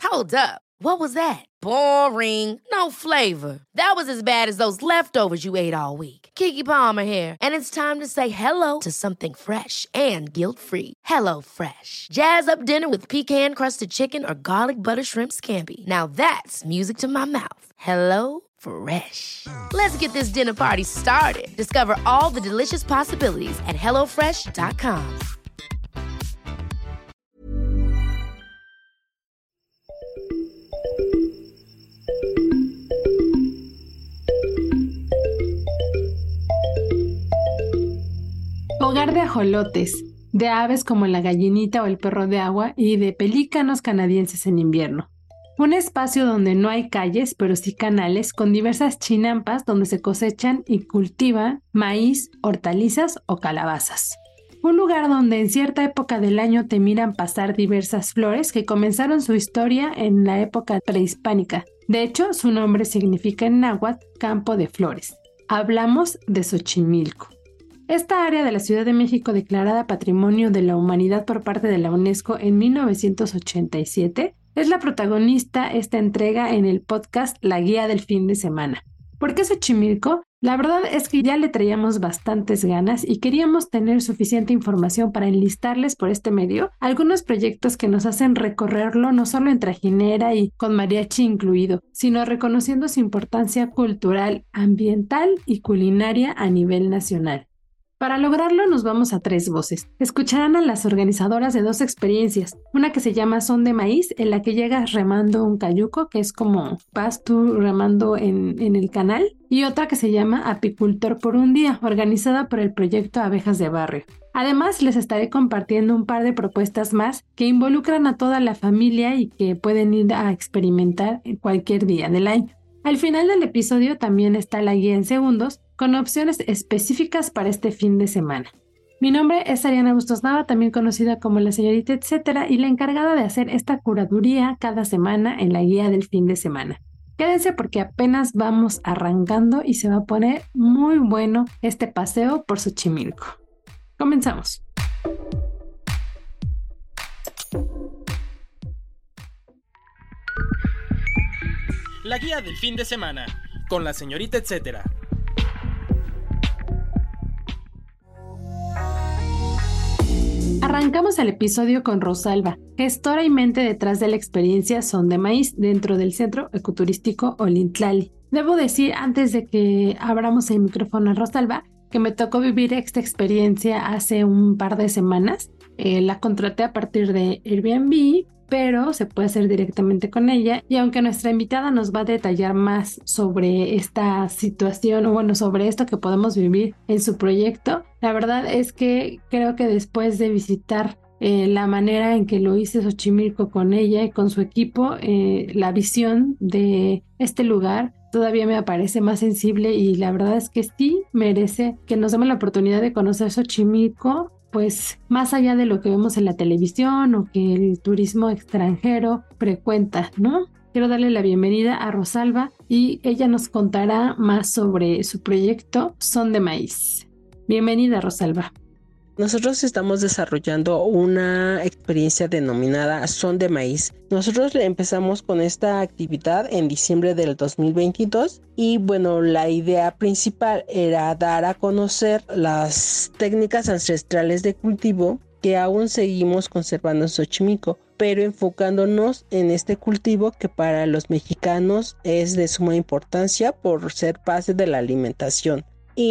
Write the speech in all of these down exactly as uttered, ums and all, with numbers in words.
Hold up. What was that? Boring. No flavor. That was as bad as those leftovers you ate all week. Keke Palmer here, and it's time to say hello to something fresh and guilt-free. Hello Fresh. Jazz up dinner with pecan-crusted chicken or garlic butter shrimp scampi. Now that's music to my mouth. Hello Fresh. Let's get this dinner party started. Discover all the delicious possibilities at hello fresh dot com. Hogar de ajolotes, de aves como la gallinita o el perro de agua y de pelícanos canadienses en invierno. Un espacio donde no hay calles, pero sí canales con diversas chinampas donde se cosechan y cultivan maíz, hortalizas o calabazas. Un lugar donde en cierta época del año te miran pasar diversas flores que comenzaron su historia en la época prehispánica. De hecho, su nombre significa en náhuatl campo de flores. Hablamos de Xochimilco. Esta área de la Ciudad de México, declarada Patrimonio de la Humanidad por parte de la UNESCO en mil novecientos ochenta y siete, es la protagonista esta entrega en el podcast La Guía del Fin de Semana. ¿Por qué Xochimilco? La verdad es que ya le traíamos bastantes ganas y queríamos tener suficiente información para enlistarles por este medio algunos proyectos que nos hacen recorrerlo no solo en trajinera y con mariachi incluido, sino reconociendo su importancia cultural, ambiental y culinaria a nivel nacional. Para lograrlo nos vamos a tres voces. Escucharán a las organizadoras de dos experiencias, una que se llama Son de Maíz, en la que llegas remando un cayuco, que es como vas tú remando en, en el canal, y otra que se llama Apicultor por un Día, organizada por el proyecto Abejas de Barrio. Además, les estaré compartiendo un par de propuestas más que involucran a toda la familia y que pueden ir a experimentar en cualquier día del año. Al final del episodio también está la guía en segundos, con opciones específicas para este fin de semana. Mi nombre es Ariana Bustos Nava, también conocida como la señorita etcétera, y la encargada de hacer esta curaduría cada semana en la guía del fin de semana. Quédense porque apenas vamos arrancando y se va a poner muy bueno este paseo por Xochimilco. Comenzamos. La guía del fin de semana, con la señorita etcétera. Arrancamos el episodio con Rosalba, gestora y mente detrás de la experiencia Son de Maíz dentro del Centro Ecoturístico Olintlali. Debo decir, antes de que abramos el micrófono a Rosalba, que me tocó vivir esta experiencia hace un par de semanas. Eh, la contraté a partir de Airbnb, pero se puede hacer directamente con ella, y aunque nuestra invitada nos va a detallar más sobre esta situación o bueno, sobre esto que podemos vivir en su proyecto, la verdad es que creo que después de visitar eh, la manera en que lo hice Xochimilco con ella y con su equipo, eh, la visión de este lugar todavía me parece más sensible, y la verdad es que sí merece que nos demos la oportunidad de conocer Xochimilco, pues más allá de lo que vemos en la televisión o que el turismo extranjero frecuenta, ¿no? Quiero darle la bienvenida a Rosalba y ella nos contará más sobre su proyecto Son de Maíz. Bienvenida, Rosalba. Nosotros estamos desarrollando una experiencia denominada Son de Maíz. Nosotros empezamos con esta actividad en diciembre del dos mil veintidós y bueno, la idea principal era dar a conocer las técnicas ancestrales de cultivo que aún seguimos conservando en Xochimilco, pero enfocándonos en este cultivo que para los mexicanos es de suma importancia por ser base de la alimentación.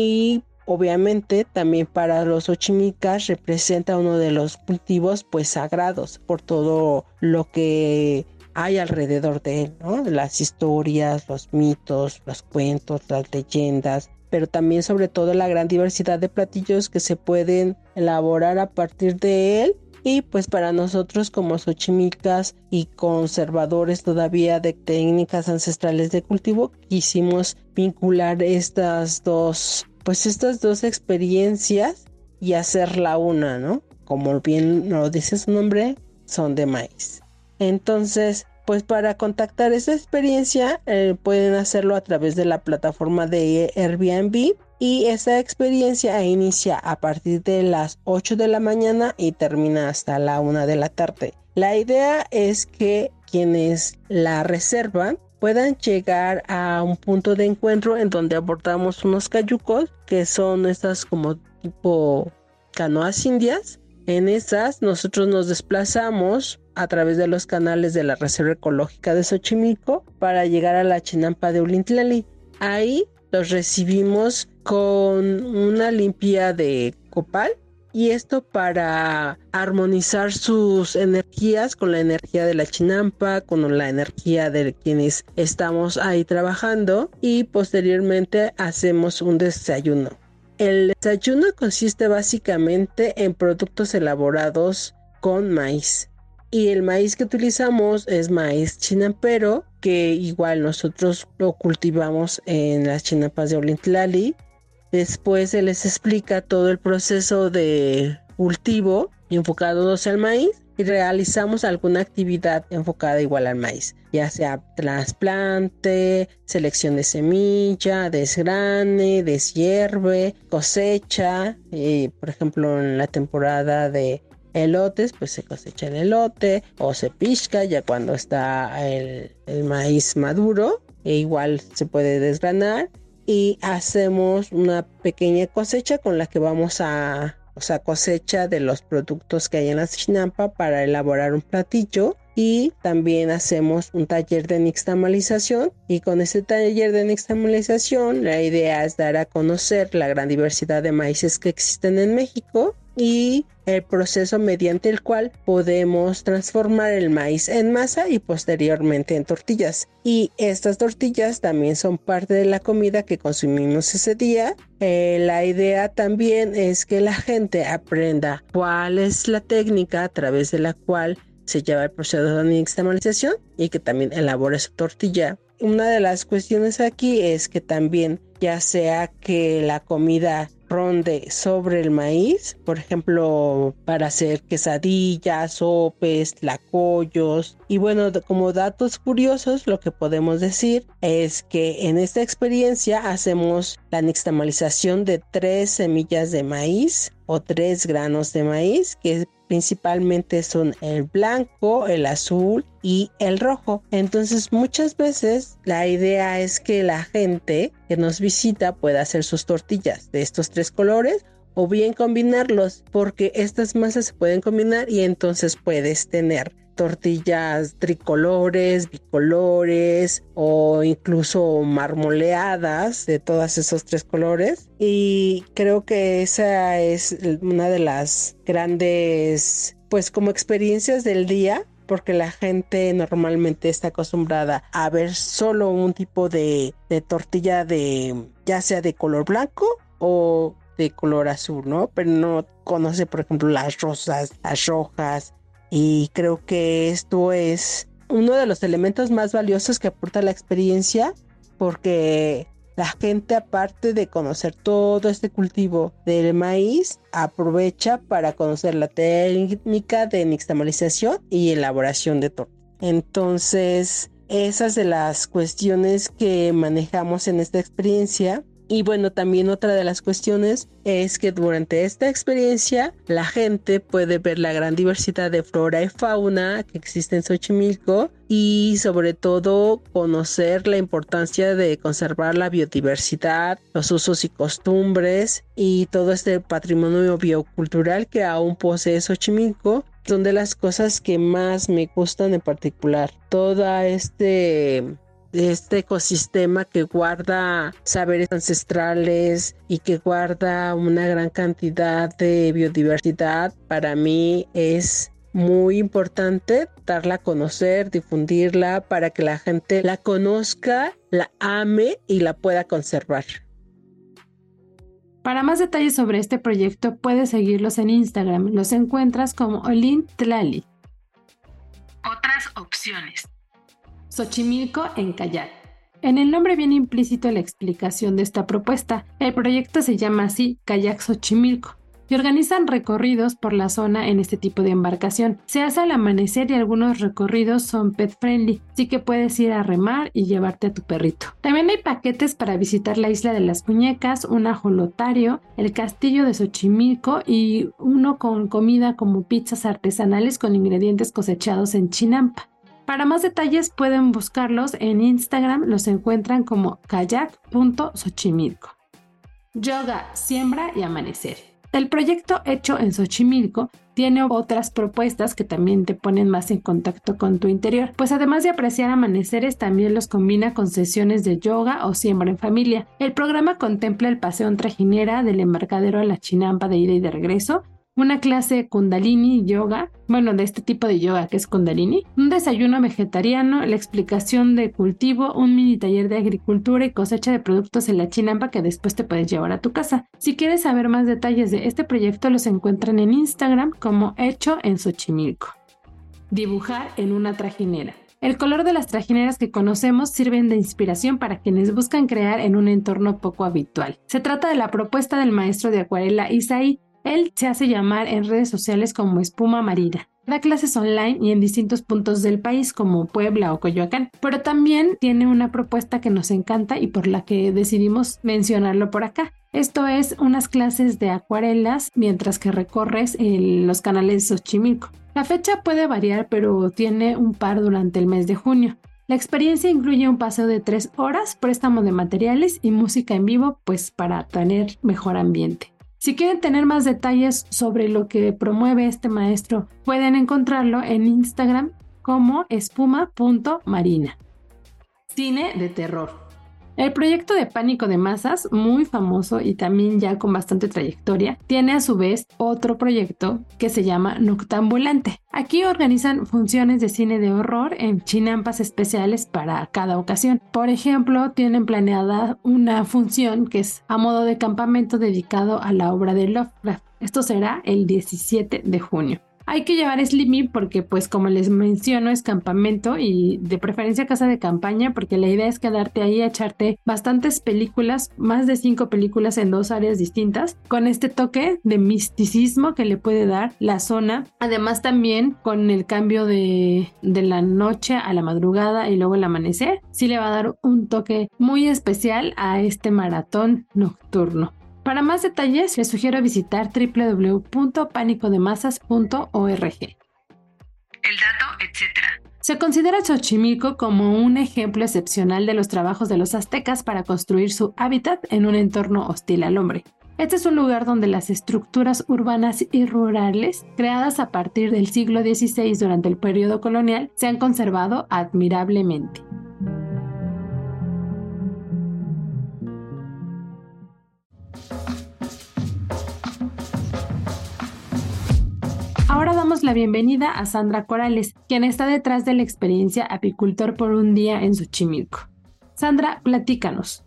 Y obviamente también para los xochimilcas representa uno de los cultivos pues sagrados por todo lo que hay alrededor de él, ¿no? Las historias, los mitos, los cuentos, las leyendas, pero también sobre todo la gran diversidad de platillos que se pueden elaborar a partir de él. Y pues para nosotros como xochimilcas y conservadores todavía de técnicas ancestrales de cultivo, quisimos vincular estas dos pues estas dos experiencias y hacerla una, ¿no? Como bien lo dice su nombre, Son de Maíz. Entonces, pues para contactar esa experiencia eh, pueden hacerlo a través de la plataforma de Airbnb, y esa experiencia inicia a partir de las ocho de la mañana y termina hasta la una de la tarde. La idea es que quienes la reservan puedan llegar a un punto de encuentro en donde abordamos unos cayucos que son estas como tipo canoas indias. En esas nosotros nos desplazamos a través de los canales de la Reserva Ecológica de Xochimilco para llegar a la Chinampa de Olintlali. Ahí los recibimos con una limpia de copal, y esto para armonizar sus energías con la energía de la chinampa, con la energía de quienes estamos ahí trabajando, y posteriormente hacemos un desayuno. El desayuno consiste básicamente en productos elaborados con maíz. Y el maíz que utilizamos es maíz chinampero, que igual nosotros lo cultivamos en las chinampas de Olintlali. Después se les explica todo el proceso de cultivo enfocado al maíz y realizamos alguna actividad enfocada igual al maíz, ya sea trasplante, selección de semilla, desgrane, deshierve, cosecha. Y, por ejemplo, en la temporada de elotes, pues se cosecha el elote o se pizca ya cuando está el, el maíz maduro, e igual se puede desgranar. Y hacemos una pequeña cosecha con la que vamos a, o sea, cosecha de los productos que hay en la chinampa para elaborar un platillo. Y también hacemos un taller de nixtamalización, y con ese taller de nixtamalización la idea es dar a conocer la gran diversidad de maíces que existen en México y el proceso mediante el cual podemos transformar el maíz en masa y posteriormente en tortillas. Y estas tortillas también son parte de la comida que consumimos ese día. Eh, la idea también es que la gente aprenda cuál es la técnica a través de la cual se lleva el proceso de nixtamalización y que también elabore su tortilla. Una de las cuestiones aquí es que también, ya sea que la comida ronde sobre el maíz, por ejemplo, para hacer quesadillas, sopes, tlacoyos. Y bueno, como datos curiosos, lo que podemos decir es que en esta experiencia hacemos la nixtamalización de tres semillas de maíz o tres granos de maíz, que principalmente son el blanco, el azul y el rojo. Entonces muchas veces la idea es que la gente que nos visita pueda hacer sus tortillas de estos tres colores o bien combinarlos, porque estas masas se pueden combinar y entonces puedes tener tortillas tricolores, bicolores o incluso marmoleadas de todos esos tres colores. Y creo que esa es una de las grandes, pues, como experiencias del día, porque la gente normalmente está acostumbrada a ver solo un tipo de, de tortilla, de ya sea de color blanco o de color azul, ¿no? Pero no conoce, por ejemplo, las rosas, las rojas. Y creo que esto es uno de los elementos más valiosos que aporta la experiencia, porque la gente, aparte de conocer todo este cultivo del maíz, aprovecha para conocer la técnica de nixtamalización y elaboración de torta. Entonces, esas de las cuestiones que manejamos en esta experiencia. Y bueno, también otra de las cuestiones es que durante esta experiencia la gente puede ver la gran diversidad de flora y fauna que existe en Xochimilco, y sobre todo conocer la importancia de conservar la biodiversidad, los usos y costumbres y todo este patrimonio biocultural que aún posee Xochimilco. Son de las cosas que más me gustan en particular. Todo este... este ecosistema que guarda saberes ancestrales y que guarda una gran cantidad de biodiversidad, para mí es muy importante darla a conocer, difundirla para que la gente la conozca, la ame y la pueda conservar. Para más detalles sobre este proyecto puedes seguirlos en Instagram. Los encuentras como Olintlali. Otras opciones. Xochimilco en kayak. En el nombre viene implícito la explicación de esta propuesta. El proyecto se llama así Kayak Xochimilco y organizan recorridos por la zona en este tipo de embarcación. Se hace al amanecer y algunos recorridos son pet friendly, así que puedes ir a remar y llevarte a tu perrito. También hay paquetes para visitar la Isla de las Muñecas, un ajolotario, el castillo de Xochimilco y uno con comida como pizzas artesanales con ingredientes cosechados en Chinampa. Para más detalles pueden buscarlos en Instagram, los encuentran como kayak punto xochimilco. Yoga, siembra y amanecer. El proyecto hecho en Xochimilco tiene otras propuestas que también te ponen más en contacto con tu interior, pues además de apreciar amaneceres, también los combina con sesiones de yoga o siembra en familia. El programa contempla el paseo en trajinera del embarcadero a la Chinampa de ida y de regreso, una clase Kundalini yoga, bueno, de este tipo de yoga que es Kundalini, un desayuno vegetariano, la explicación de cultivo, un mini taller de agricultura y cosecha de productos en la Chinampa que después te puedes llevar a tu casa. Si quieres saber más detalles de este proyecto, los encuentran en Instagram como Hecho en Xochimilco. Dibujar en una trajinera. El color de las trajineras que conocemos sirven de inspiración para quienes buscan crear en un entorno poco habitual. Se trata de la propuesta del maestro de acuarela Isaí. Él se hace llamar en redes sociales como Espuma Marina. Da clases online y en distintos puntos del país como Puebla o Coyoacán, pero también tiene una propuesta que nos encanta y por la que decidimos mencionarlo por acá. Esto es unas clases de acuarelas mientras que recorres el, los canales de Xochimilco. La fecha puede variar, pero tiene un par durante el mes de junio. La experiencia incluye un paseo de tres horas, préstamo de materiales y música en vivo, pues para tener mejor ambiente. Si quieren tener más detalles sobre lo que promueve este maestro, pueden encontrarlo en Instagram como espuma punto marina. Cine de terror. El proyecto de Pánico de Masas, muy famoso y también ya con bastante trayectoria, tiene a su vez otro proyecto que se llama Noctambulante. Aquí organizan funciones de cine de horror en chinampas especiales para cada ocasión. Por ejemplo, tienen planeada una función que es a modo de campamento dedicado a la obra de Lovecraft. Esto será el diecisiete de junio. Hay que llevar Slimming porque, pues como les menciono, es campamento y de preferencia casa de campaña, porque la idea es quedarte ahí a echarte bastantes películas, más de cinco películas en dos áreas distintas, con este toque de misticismo que le puede dar la zona. Además también con el cambio de, de la noche a la madrugada y luego el amanecer, sí le va a dar un toque muy especial a este maratón nocturno. Para más detalles, les sugiero visitar doble u doble u doble u punto pánico de masas punto org. El dato, etcétera. Se considera Xochimilco como un ejemplo excepcional de los trabajos de los aztecas para construir su hábitat en un entorno hostil al hombre. Este es un lugar donde las estructuras urbanas y rurales, creadas a partir del siglo dieciséis durante el periodo colonial, se han conservado admirablemente. Ahora damos la bienvenida a Sandra Corales, quien está detrás de la experiencia Apicultor por un día en Xochimilco. Sandra, platícanos.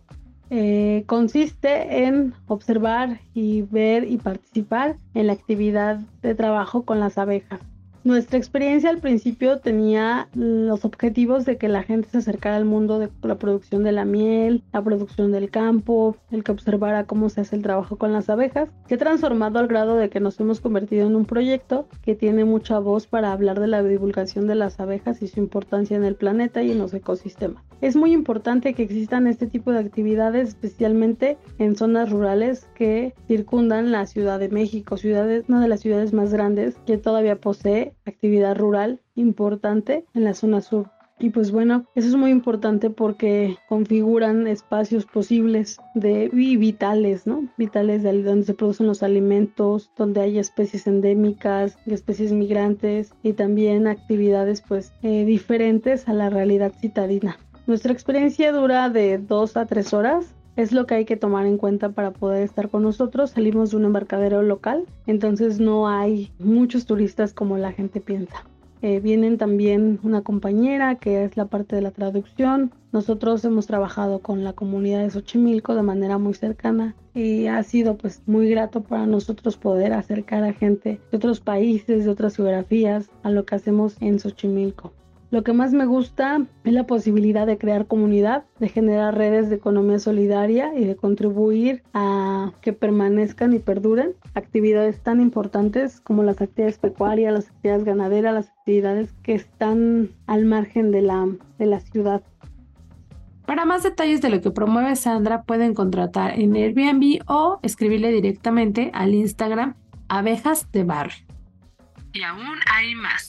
Eh, consiste en observar y ver y participar en la actividad de trabajo con las abejas. Nuestra experiencia al principio tenía los objetivos de que la gente se acercara al mundo de la producción de la miel, la producción del campo, el que observara cómo se hace el trabajo con las abejas, que he transformado al grado de que nos hemos convertido en un proyecto que tiene mucha voz para hablar de la divulgación de las abejas y su importancia en el planeta y en los ecosistemas. Es muy importante que existan este tipo de actividades, especialmente en zonas rurales que circundan la Ciudad de México, ciudades, una de las ciudades más grandes que todavía posee actividad rural importante en la zona sur. Y pues bueno, eso es muy importante porque configuran espacios posibles de y vitales, ¿no? Vitales de donde se producen los alimentos, donde hay especies endémicas, especies migrantes y también actividades pues eh, diferentes a la realidad citadina. Nuestra experiencia dura de dos a tres horas. Es lo que hay que tomar en cuenta para poder estar con nosotros. Salimos de un embarcadero local, entonces no hay muchos turistas como la gente piensa. Eh, vienen también una compañera que es la parte de la traducción. Nosotros hemos trabajado con la comunidad de Xochimilco de manera muy cercana y ha sido pues muy grato para nosotros poder acercar a gente de otros países, de otras geografías a lo que hacemos en Xochimilco. Lo que más me gusta es la posibilidad de crear comunidad, de generar redes de economía solidaria y de contribuir a que permanezcan y perduren actividades tan importantes como las actividades pecuarias, las actividades ganaderas, las actividades que están al margen de la, de la ciudad. Para más detalles de lo que promueve Sandra, pueden contratar en Airbnb o escribirle directamente al Instagram Abejas de Barrio. Y aún hay más.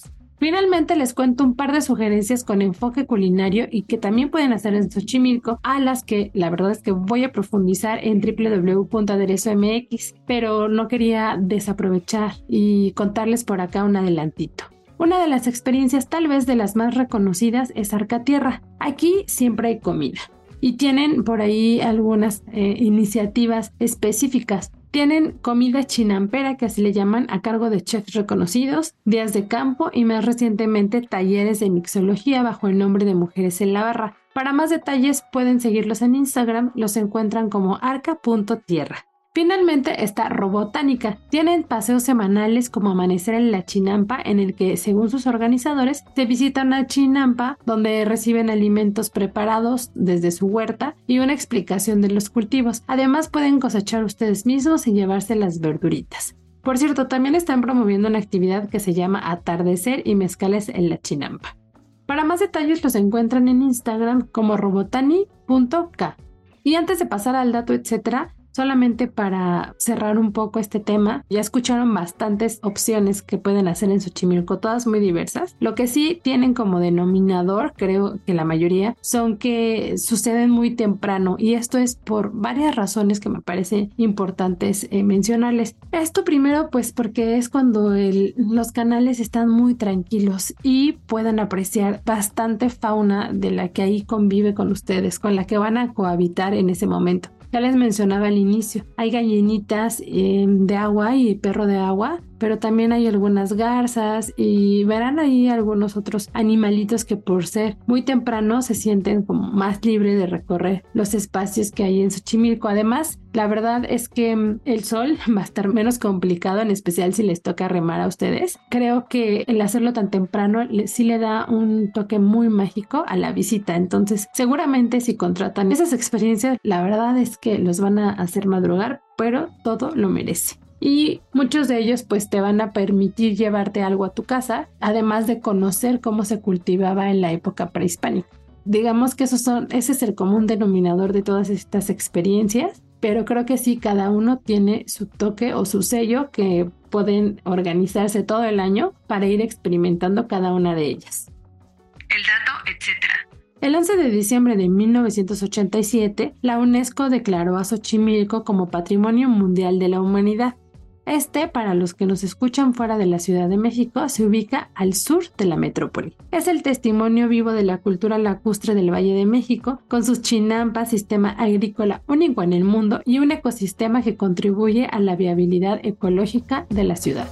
Finalmente les cuento un par de sugerencias con enfoque culinario y que también pueden hacer en Xochimilco, a las que la verdad es que voy a profundizar en doble u doble u doble u punto aderezo punto mx, pero no quería desaprovechar y contarles por acá un adelantito. Una de las experiencias tal vez de las más reconocidas es Arcatierra. Aquí siempre hay comida y tienen por ahí algunas eh, iniciativas específicas. Tienen comida chinampera, que así le llaman, a cargo de chefs reconocidos, días de campo y más recientemente talleres de mixología bajo el nombre de Mujeres en la Barra. Para más detalles pueden seguirlos en Instagram, los encuentran como arca punto tierra. Finalmente está Robotánica. Tienen paseos semanales como Amanecer en la Chinampa, en el que, según sus organizadores, se visita una chinampa donde reciben alimentos preparados desde su huerta y una explicación de los cultivos. Además, pueden cosechar ustedes mismos y llevarse las verduritas. Por cierto, también están promoviendo una actividad que se llama Atardecer y Mezcales en la Chinampa. Para más detalles los encuentran en Instagram como robotani punto k. Y antes de pasar al dato, etcétera, solamente para cerrar un poco este tema, ya escucharon bastantes opciones que pueden hacer en Xochimilco, todas muy diversas. Lo que sí tienen como denominador, creo que la mayoría, son que suceden muy temprano, y esto es por varias razones que me parece importantes eh, mencionarles. Esto primero pues porque es cuando el, los canales están muy tranquilos y pueden apreciar bastante fauna de la que ahí convive con ustedes, con la que van a cohabitar en ese momento. Ya les mencionaba al inicio, hay gallinitas eh, de agua y perro de agua, pero también hay algunas garzas y verán ahí algunos otros animalitos que por ser muy temprano se sienten como más libres de recorrer los espacios que hay en Xochimilco. Además, la verdad es que el sol va a estar menos complicado, en especial si les toca remar a ustedes. Creo que el hacerlo tan temprano sí le da un toque muy mágico a la visita. Entonces, seguramente si contratan esas experiencias, la verdad es que los van a hacer madrugar, pero todo lo merece. Y muchos de ellos pues te van a permitir llevarte algo a tu casa, además de conocer cómo se cultivaba en la época prehispánica. Digamos que esos son, ese es el común denominador de todas estas experiencias, pero creo que sí, cada uno tiene su toque o su sello que pueden organizarse todo el año para ir experimentando cada una de ellas. El dato, etcétera. El once de diciembre de mil novecientos ochenta y siete, la UNESCO declaró a Xochimilco como Patrimonio Mundial de la Humanidad. Este, para los que nos escuchan fuera de la Ciudad de México, se ubica al sur de la metrópoli. Es el testimonio vivo de la cultura lacustre del Valle de México, con sus chinampas, sistema agrícola único en el mundo y un ecosistema que contribuye a la viabilidad ecológica de la ciudad.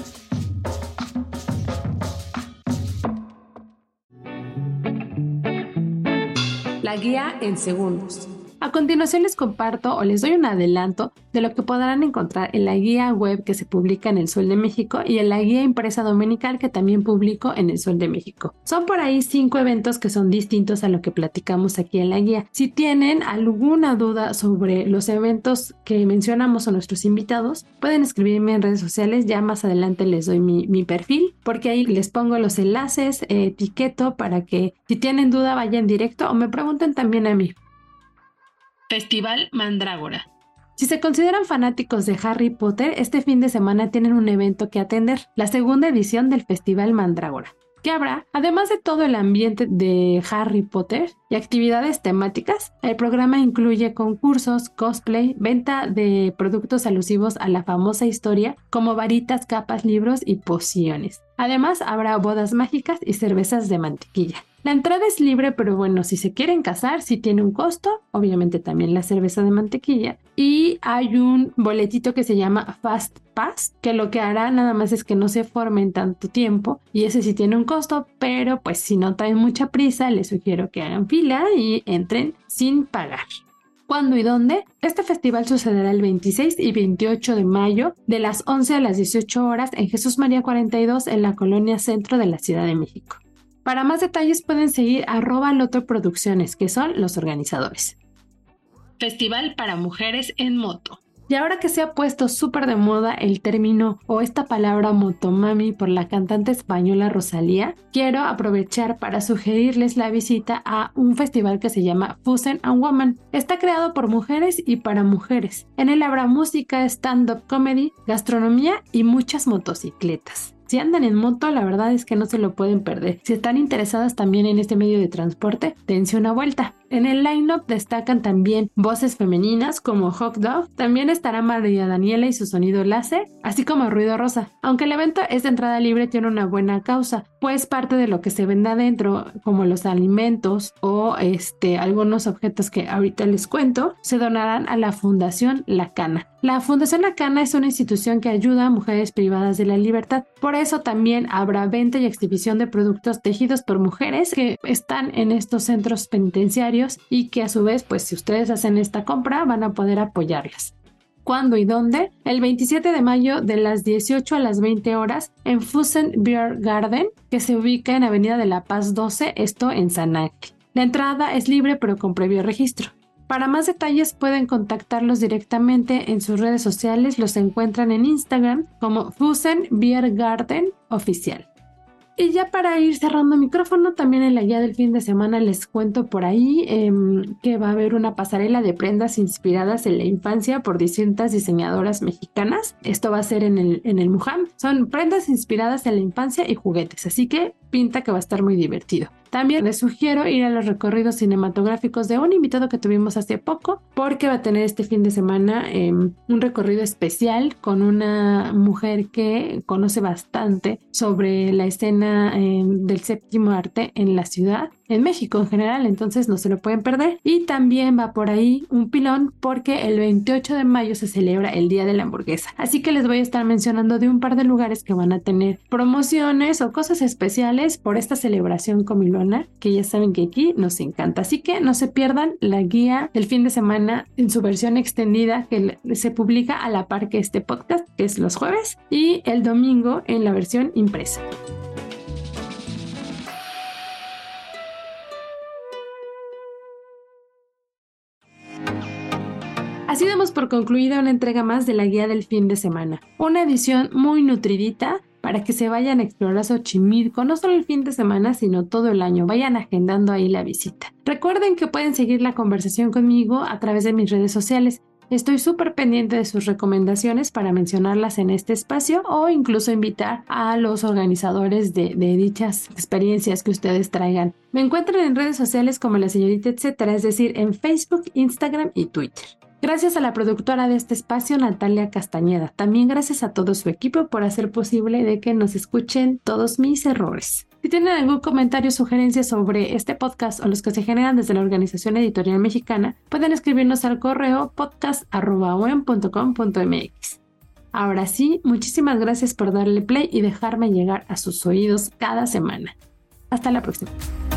La guía en segundos. A continuación les comparto o les doy un adelanto de lo que podrán encontrar en la guía web que se publica en El Sol de México y en la guía impresa dominical que también publico en El Sol de México. Son por ahí cinco eventos que son distintos a lo que platicamos aquí en la guía. Si tienen alguna duda sobre los eventos que mencionamos a nuestros invitados, pueden escribirme en redes sociales. Ya más adelante les doy mi, mi perfil, porque ahí les pongo los enlaces, eh, etiqueto para que si tienen duda vayan directo o me pregunten también a mí. Festival Mandrágora. Si se consideran fanáticos de Harry Potter, este fin de semana tienen un evento que atender, la segunda edición del Festival Mandrágora, que habrá, además de todo el ambiente de Harry Potter y actividades temáticas. El programa incluye concursos, cosplay, venta de productos alusivos a la famosa historia, como varitas, capas, libros y pociones. Además, habrá bodas mágicas y cervezas de mantequilla. La entrada es libre, pero bueno, si se quieren casar, sí tiene un costo, obviamente también la cerveza de mantequilla. Y hay un boletito que se llama Fast Pass, que lo que hará nada más es que no se forme en tanto tiempo, y ese sí tiene un costo, pero pues si no traen mucha prisa, les sugiero que hagan fila y entren sin pagar. ¿Cuándo y dónde? Este festival sucederá el veintiséis y veintiocho de mayo, de las once a las dieciocho horas, en Jesús María cuarenta y dos, en la colonia centro de la Ciudad de México. Para más detalles pueden seguir arroba Loto Producciones, que son los organizadores. Festival para mujeres en moto. Y ahora que se ha puesto súper de moda el término o esta palabra motomami por la cantante española Rosalía, quiero aprovechar para sugerirles la visita a un festival que se llama Fusen and Woman. Está creado por mujeres y para mujeres. En él habrá música, stand-up comedy, gastronomía y muchas motocicletas. Si andan en moto, la verdad es que no se lo pueden perder. Si están interesadas también en este medio de transporte, dense una vuelta. En el line-up destacan también voces femeninas como Hot Dog, también estará María Daniela y su sonido láser, así como Ruido Rosa. Aunque el evento es de entrada libre, tiene una buena causa, pues parte de lo que se venda adentro, como los alimentos o este, algunos objetos que ahorita les cuento, se donarán a la Fundación La Cana. La Fundación La Cana es una institución que ayuda a mujeres privadas de la libertad. Por eso también habrá venta y exhibición de productos tejidos por mujeres que están en estos centros penitenciarios y que a su vez, pues si ustedes hacen esta compra, van a poder apoyarlas. ¿Cuándo y dónde? El veintisiete de mayo de las dieciocho a las veinte horas en Fusen Beer Garden, que se ubica en Avenida de la Paz doce, esto en San Ángel. La entrada es libre pero con previo registro. Para más detalles pueden contactarlos directamente en sus redes sociales, los encuentran en Instagram como Fusen Beer Garden Oficial. Y ya para ir cerrando micrófono, también en la guía del fin de semana les cuento por ahí eh, que va a haber una pasarela de prendas inspiradas en la infancia por distintas diseñadoras mexicanas. Esto va a ser en el, en el Mujam. Son prendas inspiradas en la infancia y juguetes, así que pinta que va a estar muy divertido. También les sugiero ir a los recorridos cinematográficos de un invitado que tuvimos hace poco, porque va a tener este fin de semana eh, un recorrido especial con una mujer que conoce bastante sobre la escena eh, del séptimo arte en la ciudad, en México en general, entonces no se lo pueden perder. Y también va por ahí un pilón porque el veintiocho de mayo se celebra el Día de la Hamburguesa, así que les voy a estar mencionando de un par de lugares que van a tener promociones o cosas especiales por esta celebración comilona, que ya saben que aquí nos encanta. Así que no se pierdan la guía del fin de semana en su versión extendida, que se publica a la par que este podcast, que es los jueves, y el domingo en la versión impresa. Así damos por concluida una entrega más de la guía del fin de semana. Una edición muy nutridita para que se vayan a explorar Xochimilco, no solo el fin de semana, sino todo el año. Vayan agendando ahí la visita. Recuerden que pueden seguir la conversación conmigo a través de mis redes sociales. Estoy súper pendiente de sus recomendaciones para mencionarlas en este espacio o incluso invitar a los organizadores de, de dichas experiencias que ustedes traigan. Me encuentran en redes sociales como la señorita etcétera, es decir, en Facebook, Instagram y Twitter. Gracias a la productora de este espacio, Natalia Castañeda. También gracias a todo su equipo por hacer posible de que nos escuchen todos mis errores. Si tienen algún comentario o sugerencia sobre este podcast o los que se generan desde la Organización Editorial Mexicana, pueden escribirnos al correo podcast arroba u e m punto com punto m x. Ahora sí, muchísimas gracias por darle play y dejarme llegar a sus oídos cada semana. Hasta la próxima.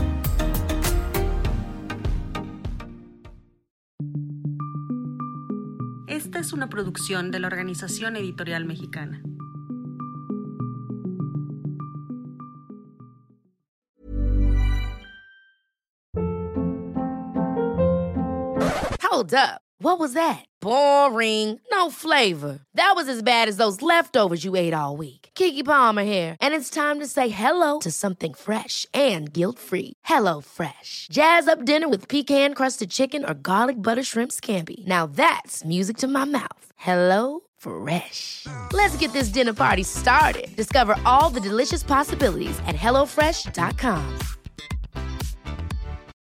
Esta es una producción de la Organización Editorial Mexicana. Hold up. What was that? Boring. No flavor. That was as bad as those leftovers you ate all week. Keke Palmer here, and it's time to say hello to something fresh and guilt-free. Hello Fresh. Jazz up dinner with pecan-crusted chicken or garlic butter shrimp scampi. Now that's music to my mouth. Hello Fresh. Let's get this dinner party started. Discover all the delicious possibilities at hello fresh dot com.